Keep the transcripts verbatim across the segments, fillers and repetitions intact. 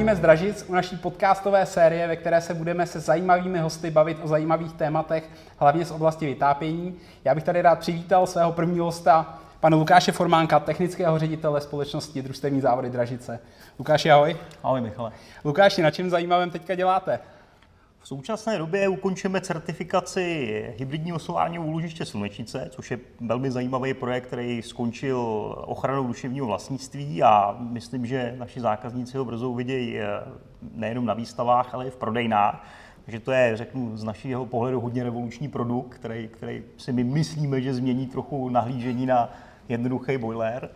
Zdravíme z Dražic u naší podcastové série, ve které se budeme se zajímavými hosty bavit o zajímavých tématech, hlavně z oblasti vytápění. Já bych tady rád přivítal svého prvního hosta, pana Lukáše Formánka, technického ředitele společnosti Družstevní závody Dražice. Lukáši, ahoj. Ahoj, Michale. Lukáši, na čem zajímavém teďka děláte? V současné době ukončíme certifikaci hybridního solárního úložiště Slunečnice, což je velmi zajímavý projekt, který skončil ochranou duševního vlastnictví a myslím, že naši zákazníci ho brzo uvidějí nejenom na výstavách, ale i v prodejnách. Takže to je, řeknu, z našeho pohledu hodně revoluční produkt, který, který si my myslíme, že změní trochu nahlížení na jednoduchý boiler.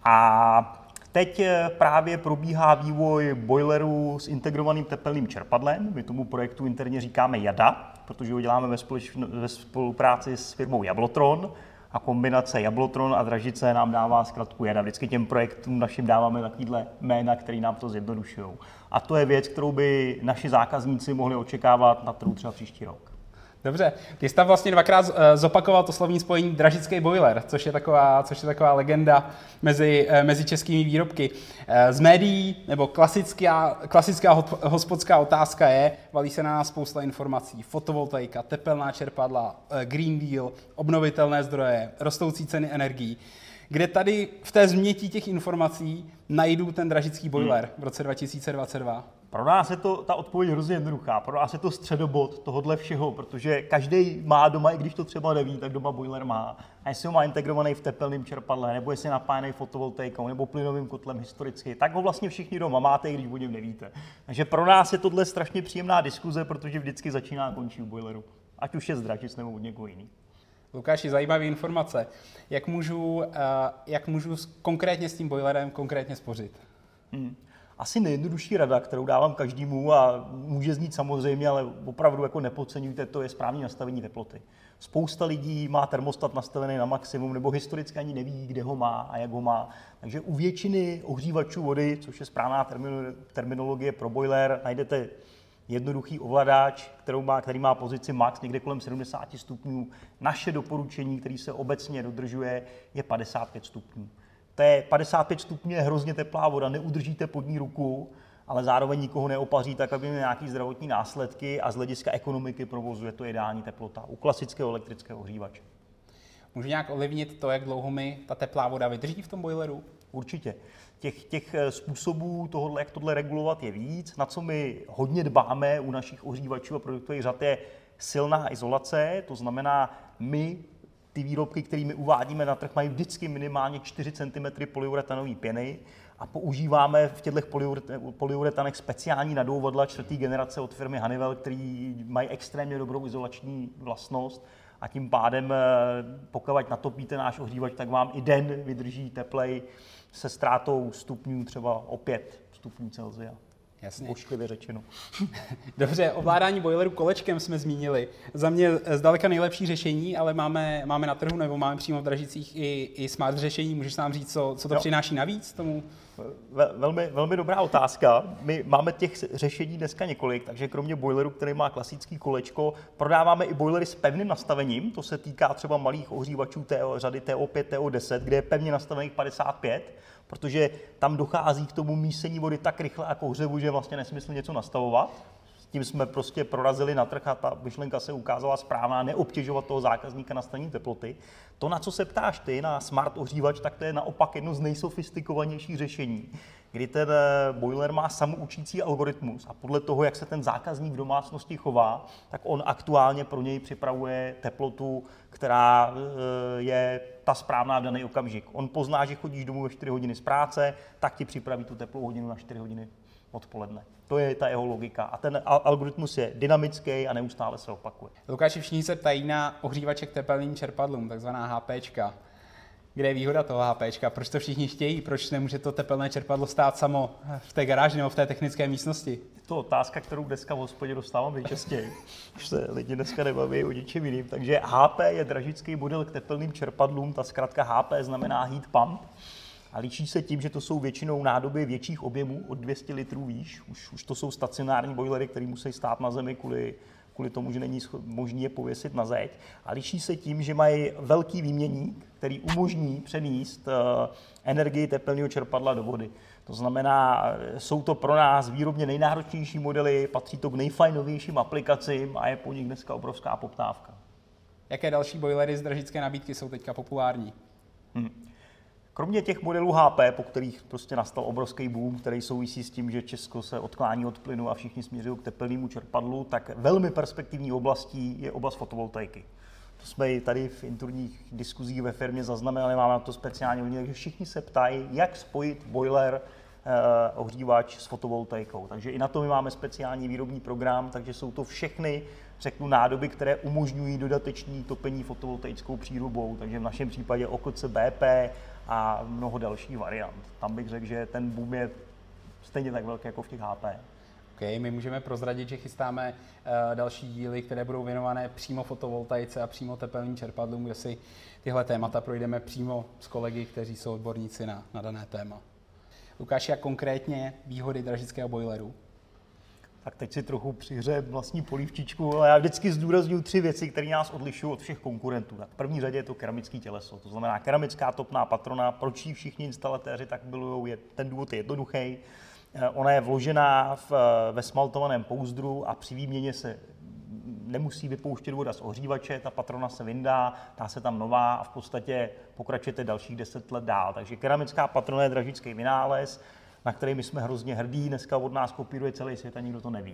A teď právě probíhá vývoj boileru s integrovaným tepelným čerpadlem. My tomu projektu interně říkáme Jada, protože ho děláme ve, společ- ve spolupráci s firmou Jablotron a kombinace Jablotron a Dražice nám dává zkratku Jada. Vždycky těm projektům našim dáváme takovýhle jména, který nám to zjednodušují. A to je věc, kterou by naši zákazníci mohli očekávat na trhu třeba příští rok. Dobře, ty jsi tam vlastně dvakrát zopakoval to slovní spojení dražický boiler, což je taková, což je taková legenda mezi, mezi českými výrobky. Z médií, nebo klasická, klasická hospodská otázka je, valí se na nás spousta informací, fotovoltaika, tepelná čerpadla, Green Deal, obnovitelné zdroje, rostoucí ceny energií. Kde tady v té změti těch informací najdu ten dražický boiler hmm. v roce dva tisíce dvacet dva? Pro nás je to, ta odpověď hrozně jednoduchá. Pro nás je to středobod tohohle všeho, protože každý má doma, i když to třeba neví, tak doma boiler má. A jestli ho má integrovaný v tepelném čerpadle, nebo jestli je napájený fotovoltaikou, nebo plynovým kotlem historicky, tak ho vlastně všichni doma máte, i když o něm nevíte. Takže pro nás je tohle strašně příjemná diskuze, protože vždycky začíná a končí u boileru. Ať už je z Dražic nebo od někoho jiný. Lukáši, zajímavé informace. Jak můžu, jak můžu konkrétně s tím boilerem konkrétně spořit? Hmm. Asi nejjednodušší rada, kterou dávám každému a může znít samozřejmě, ale opravdu jako nepodceňujte, to je správné nastavení teploty. Spousta lidí má termostat nastavený na maximum nebo historicky ani neví, kde ho má a jak ho má. Takže u většiny ohřívačů vody, což je správná terminologie pro boiler, najdete jednoduchý ovladač, kterou má, který má pozici max někde kolem sedmdesát stupňů. Naše doporučení, který se obecně dodržuje, je padesát pět stupňů. To je padesát pět stupňů, je hrozně teplá voda, neudržíte pod ní ruku, ale zároveň nikoho neopaří, tak aby měl nějaké zdravotní následky a z hlediska ekonomiky provozu je to ideální teplota u klasického elektrického ohřívače. Můžu nějak ovlivnit to, jak dlouho mi ta teplá voda vydrží v tom boileru? Určitě. Těch, těch způsobů tohohle, jak tohle regulovat, je víc. Na co my hodně dbáme u našich ohřívačů a produktových řad je silná izolace, to znamená my ty výrobky, které my uvádíme na trh, mají vždycky minimálně čtyři centimetry polyuretanové pěny a používáme v těchto polyuretanech speciální nadouvadla čtvrté generace od firmy Honeywell, který mají extrémně dobrou izolační vlastnost a tím pádem, pokud natopíte náš ohřívač, tak vám i den vydrží teplej se ztrátou stupňů třeba o pět stupňů Celsia. Jasně. Ošklivě řečeno. Dobře, ovládání boileru kolečkem jsme zmínili. Za mě zdaleka nejlepší řešení, ale máme, máme na trhu nebo máme přímo v Dražicích i, i smart řešení. Můžeš nám říct, co, co to jo. přináší navíc tomu? Velmi, velmi dobrá otázka. My máme těch řešení dneska několik, takže kromě boileru, který má klasický kolečko, prodáváme i boilery s pevným nastavením. To se týká třeba malých ohřívačů té, řady T O pět, T O deset, kde je pevně nastavených padesát pět, protože tam dochází k tomu mísení vody tak rychle a kouřevu, že je vlastně nesmysl něco nastavovat. S tím jsme prostě prorazili na trh a ta myšlenka se ukázala správná, neobtěžovat toho zákazníka na staní teploty. To, na co se ptáš ty, na smart ohřívač, tak to je naopak jedno z nejsofistikovanějších řešení, kdy ten boiler má samoučící algoritmus a podle toho, jak se ten zákazník v domácnosti chová, tak on aktuálně pro něj připravuje teplotu, která je ta správná v daný okamžik. On pozná, že chodíš domů ve čtyři hodiny z práce, tak ti připraví tu teplou hodinu na čtyři hodiny odpoledne. To je ta jeho logika. A ten algoritmus je dynamický a neustále se opakuje. Lukáši, všichni se ptají na ohřívače k tepelným čerpadlům, takzvaná HPčka. Kde je výhoda toho HPčka? Proč to všichni chtějí? Proč nemůže to tepelné čerpadlo stát samo v té garáži nebo v té technické místnosti? Je to otázka, kterou dneska v hospodě dostávám nejčastěji. Už se lidi dneska nebaví o něčem jiným. Takže H P je dražický model k tepelným čerpadlům. Ta zkratka H P znamená heat pump. A liší se tím, že to jsou většinou nádoby větších objemů od dvě stě litrů výš. Už, už to jsou stacionární boilery, které musí stát na zemi kvůli kvůli tomu, že není možné je pověsit na zeď. A liší se tím, že mají velký výměník, který umožní přenést energii tepelného čerpadla do vody. To znamená, jsou to pro nás výrobně nejnáročnější modely, patří to k nejfajnovějším aplikacím a je po nich dneska obrovská poptávka. Jaké další boilery z dražické nabídky jsou teďka populární? Hmm. Kromě těch modelů H P, po kterých prostě nastal obrovský boom, který souvisí s tím, že Česko se odklání od plynu a všichni směřují k tepelnému čerpadlu, tak velmi perspektivní oblastí je oblast fotovoltaiky. To jsme i tady v interních diskuzích ve firmě zaznamenali, máme na to speciální hodiny, takže všichni se ptají, jak spojit boiler, eh, ohřívač s fotovoltaikou. Takže i na to my máme speciální výrobní program, takže jsou to všechny, řeknu, nádoby, které umožňují dodatečné topení fotovoltaickou přírubou, takže v našem případě O K C B P a mnoho dalších variant. Tam bych řekl, že ten boom je stejně tak velký jako v těch H P. Okay, my můžeme prozradit, že chystáme uh, další díly, které budou věnované přímo fotovoltaice a přímo tepelným čerpadlům, kde si tyhle témata projdeme přímo s kolegy, kteří jsou odborníci na, na dané téma. Lukáši, jak konkrétně výhody dražického boileru? Tak teď si trochu přihřeje vlastní polívčičku, ale já vždycky zdůrazňuji tři věci, které nás odlišují od všech konkurentů. Tak v první řadě je to keramické těleso, to znamená keramická topná patrona. Proč ji všichni instalatéři tak milují, je, ten důvod je jednoduchý. Ona je vložená v, ve smaltovaném pouzdru a při výměně se nemusí vypouštět voda z ohřívače, ta patrona se vyndá, dá se tam nová a v podstatě pokračujete dalších deset let dál. Takže keramická patrona je dražický vynález, na který my jsme hrozně hrdí, dneska od nás kopíruje celý svět a nikdo to neví.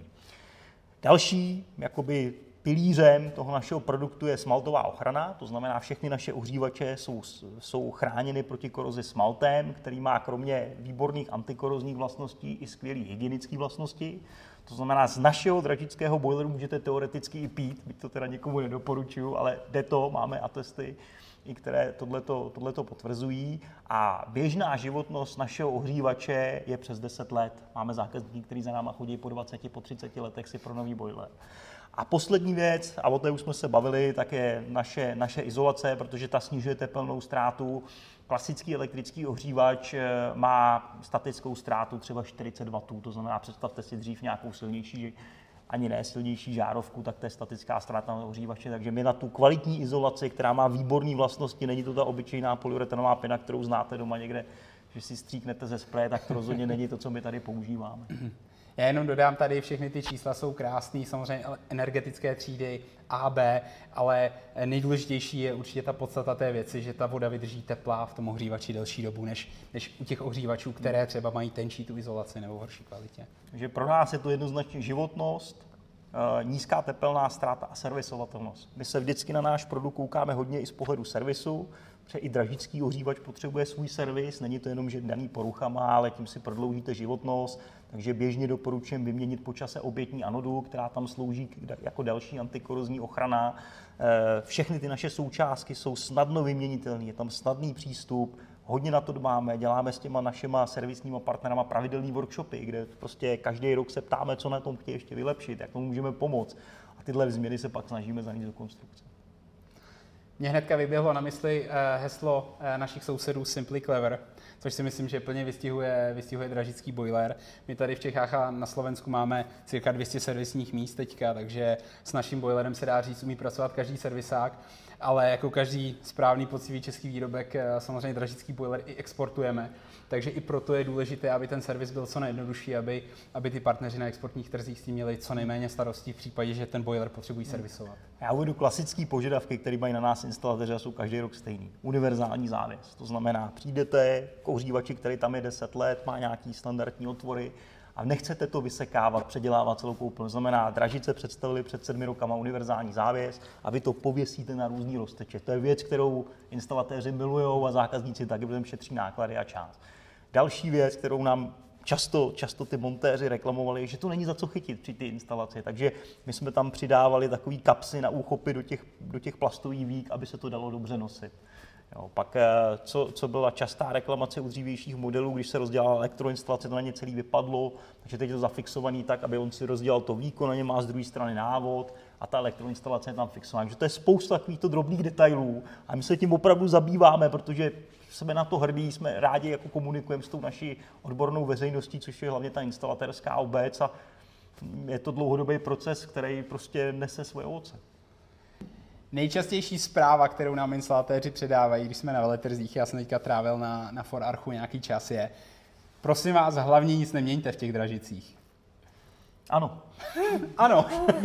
Další jakoby pilířem toho našeho produktu je smaltová ochrana, to znamená, všechny naše ohřívače jsou, jsou chráněny proti korozi smaltem, který má kromě výborných antikorozních vlastností i skvělé hygienické vlastnosti. To znamená, z našeho dražického boileru můžete teoreticky i pít, byť to teda někomu nedoporučuju, ale jde to, máme atesty, i které tohleto, tohleto potvrzují. A běžná životnost našeho ohřívače je přes deset let. Máme zákazníky, kteří za náma chodí po dvaceti, po třiceti letech si pro nový boiler. A poslední věc, a o té už jsme se bavili, tak je naše, naše izolace, protože ta snižuje tepelnou ztrátu. Klasický elektrický ohřívač má statickou ztrátu třeba čtyřicet wattů, to znamená, představte si dřív nějakou silnější, ani ne silnější žárovku, tak to je statická ztráta na ohřívače. Takže my na tu kvalitní izolaci, která má výborné vlastnosti, není to ta obyčejná polyuretanová pěna, kterou znáte doma někde, že si stříknete ze spreje, tak to rozhodně není to, co my tady používáme. Já jenom dodám, tady všechny ty čísla jsou krásné, samozřejmě energetické třídy A, B, ale nejdůležitější je určitě ta podstata té věci, že ta voda vydrží teplá v tom ohřívači delší dobu, než, než u těch ohřívačů, které třeba mají tenčí tu izolaci nebo v horší kvalitě. Takže pro nás je to jednoznačně životnost, nízká tepelná ztráta a servisovatelnost. My se vždycky na náš produkt koukáme hodně i z pohledu servisu, protože i dražický ohřívač potřebuje svůj servis, není to jenom, že daný poruchama, ale tím si prodloužíte životnost, takže běžně doporučujeme vyměnit po čase obětní anodu, která tam slouží jako další antikorozní ochrana. Všechny ty naše součástky jsou snadno vyměnitelné, je tam snadný přístup, hodně na to dbáme, děláme s těma našima servisníma partnerama pravidelný workshopy, kde prostě každý rok se ptáme, co na tom chtějí ještě vylepšit, jak tomu můžeme pomoct. A tyhle změny se pak snažíme zanést do konstrukce. Mně hnedka vyběhlo na mysli heslo našich sousedů Simply Clever, což si myslím, že plně vystihuje, vystihuje dražický boiler. My tady v Čechách a na Slovensku máme cirka dvě stě servisních míst teďka, takže s naším boilerem se dá říct, umí pracovat každý servisák, ale jako každý správný poctivý český výrobek samozřejmě dražický boiler i exportujeme. Takže i proto je důležité, aby ten servis byl co nejjednodušší, aby, aby ty partneři na exportních trzích s tím měli co nejméně starostí v případě, že ten boiler potřebují servisovat. Já uvedu klasické požadavky, které mají na nás instalatéři a jsou každý rok stejný. Univerzální závěs, to znamená, přijdete k ohřívači, který tam je deset let, má nějaký standardní otvory a nechcete to vysekávat, předělávat celou koupelu. To znamená, Dražice představili před sedmi rokama univerzální závěs a vy to pověsíte na různý rozteče. To je věc, kterou instalatéři milujou a zákazníci taky, protože šetří náklady a čas. Další věc, kterou nám často, často ty montéři reklamovali, že to není za co chytit při té instalaci, takže my jsme tam přidávali takový kapsy na úchopy do těch, do těch plastových vík, aby se to dalo dobře nosit. Jo, pak, co, co byla častá reklamace u dřívějších modelů, když se rozdělala elektroinstalace, to na ně celý vypadlo, takže teď je to zafixovaný tak, aby on si rozdělal to víko, na ně má z druhé strany návod a ta elektroinstalace je tam fixovaná. Takže to je spousta takovýchto drobných detailů a my se tím opravdu zabýváme, protože jsme na to hrdí, jsme rádi jako komunikujeme s tou naší odbornou veřejností, což je hlavně ta instalatérská obec a je to dlouhodobý proces, který prostě nese svoje ovoce. Nejčastější zpráva, kterou nám instalatéři předávají, když jsme na veletrzích, já jsem teďka trávil na, na For Archu nějaký čas, je: prosím vás, hlavně nic neměňte v těch dražicích. Ano. Ano.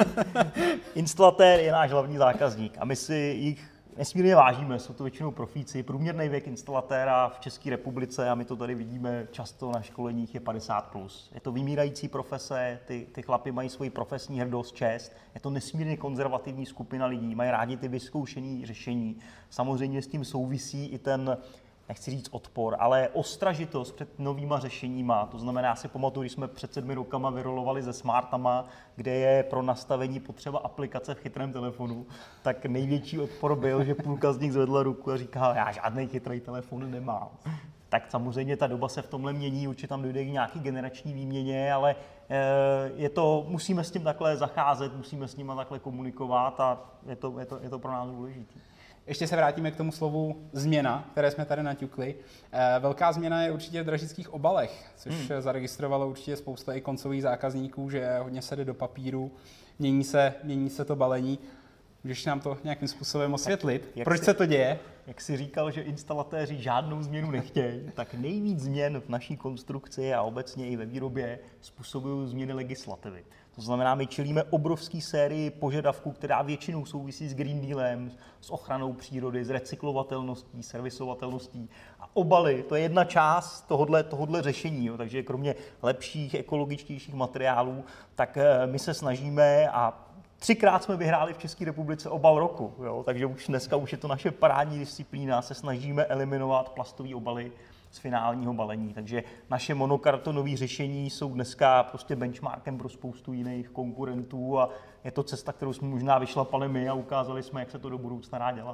Instalatér je náš hlavní zákazník a my si jich nesmírně vážíme, jsou to většinou profíci. Průměrný věk instalatéra v České republice, a my to tady vidíme často na školeních, je padesát plus. Je to vymírající profese, ty, ty chlapi mají svoji profesní hrdost, čest. Je to nesmírně konzervativní skupina lidí, mají rádi ty vyzkoušené řešení. Samozřejmě s tím souvisí i ten, nechci říct odpor, ale ostražitost před novýma řešeníma. To znamená, já si pamatuju, když jsme před sedmi rokama vyrolovali se smartama, kde je pro nastavení potřeba aplikace v chytrém telefonu, tak největší odpor byl, že půlka z nich zvedla ruku a říká, já žádný chytrý telefon nemám. Tak samozřejmě ta doba se v tomhle mění, určitě tam dojde k nějaký generační výměně, ale je to, musíme s tím takhle zacházet, musíme s nimi takhle komunikovat a je to, je to, je to pro nás důležité. Ještě se vrátíme k tomu slovu změna, které jsme tady naťukli. Velká změna je určitě v dražických obalech, což hmm. zaregistrovalo určitě spousta i koncových zákazníků, že hodně se jde do papíru, mění se, mění se to balení. Můžeš nám to nějakým způsobem osvětlit? Jak, Proč si, se to děje? Jak jsi říkal, že instalatéři žádnou změnu nechtějí, tak nejvíc změn v naší konstrukci a obecně i ve výrobě způsobují změny legislativy. To znamená, my čelíme obrovský sérii požadavků, která většinou souvisí s Green Dealem, s ochranou přírody, s recyklovatelností, servisovatelností. A obaly, to je jedna část tohodle, tohodle řešení. Jo. Takže kromě lepších, ekologičtějších materiálů, tak my se snažíme a třikrát jsme vyhráli v České republice obal roku. Jo. Takže už dneska už je to naše parádní disciplína, se snažíme eliminovat plastové obaly z finálního balení. Takže naše monokartonové řešení jsou dneska prostě benchmarkem pro spoustu jiných konkurentů a je to cesta, kterou jsme možná vyšlapali my a ukázali jsme, jak se to do budoucna dá dělat.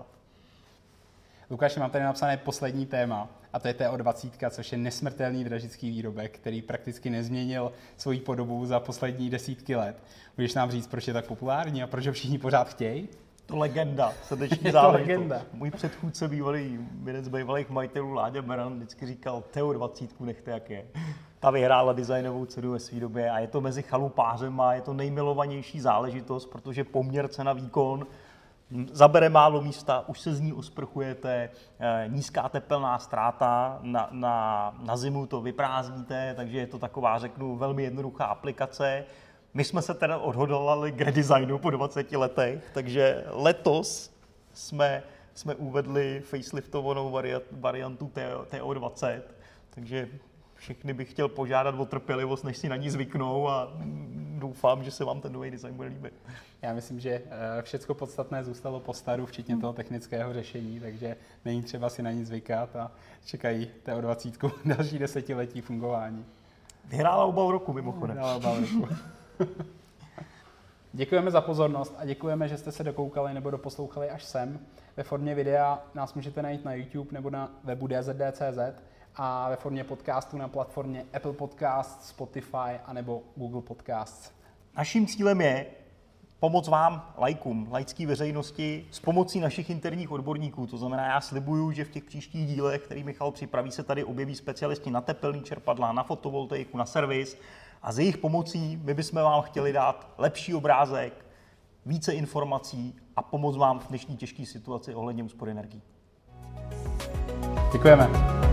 Lukáši, mám tady napsané poslední téma a to je T O dvacet, což je nesmrtelný dražický výrobek, který prakticky nezměnil svoji podobu za poslední desítky let. Můžeš nám říct, proč je tak populární a proč ho všichni pořád chtějí? To legenda, srdeční záležitost. Můj předchůdce, bývalý, jeden z bývalých majitelů, Láďa Beran, vždycky říkal, T O dvacet nechte jak je. Ta vyhrála designovou cenu ve své době a je to mezi chalupářema, je to nejmilovanější záležitost, protože poměr cena výkon zabere málo místa, už se z ní osprchujete, nízká tepelná ztráta, na, na, na zimu to vyprázdníte, takže je to taková, řeknu, velmi jednoduchá aplikace. My jsme se teda odhodlali k redesignu po dvaceti letech, takže letos jsme, jsme uvedli faceliftovanou variantu T O dvacet, takže všechny bych chtěl požádat o trpělivost, než si na ní zvyknou a doufám, že se vám ten nový design bude líbit. Já myslím, že všecko podstatné zůstalo po staru, včetně toho technického řešení, takže není třeba si na ní zvykat a čekají T O dvacet další desetiletí fungování. Vyhrála obal roku mimochodem. Vyhrála obal roku. Děkujeme za pozornost a děkujeme, že jste se dokoukali nebo doposlouchali až sem. Ve formě videa nás můžete najít na YouTube nebo na webu d z d tečka c z a ve formě podcastu na platformě Apple Podcasts, Spotify a nebo Google Podcasts. Naším cílem je pomoct vám, lajkům, laické veřejnosti, s pomocí našich interních odborníků. To znamená, já slibuju, že v těch příštích dílech, který Michal připraví, se tady objeví specialisti na tepelný čerpadla, na fotovoltaiku, na servis. A z jejich pomocí my bychom vám chtěli dát lepší obrázek, více informací a pomoct vám v dnešní těžké situaci ohledně úspory energií. Děkujeme.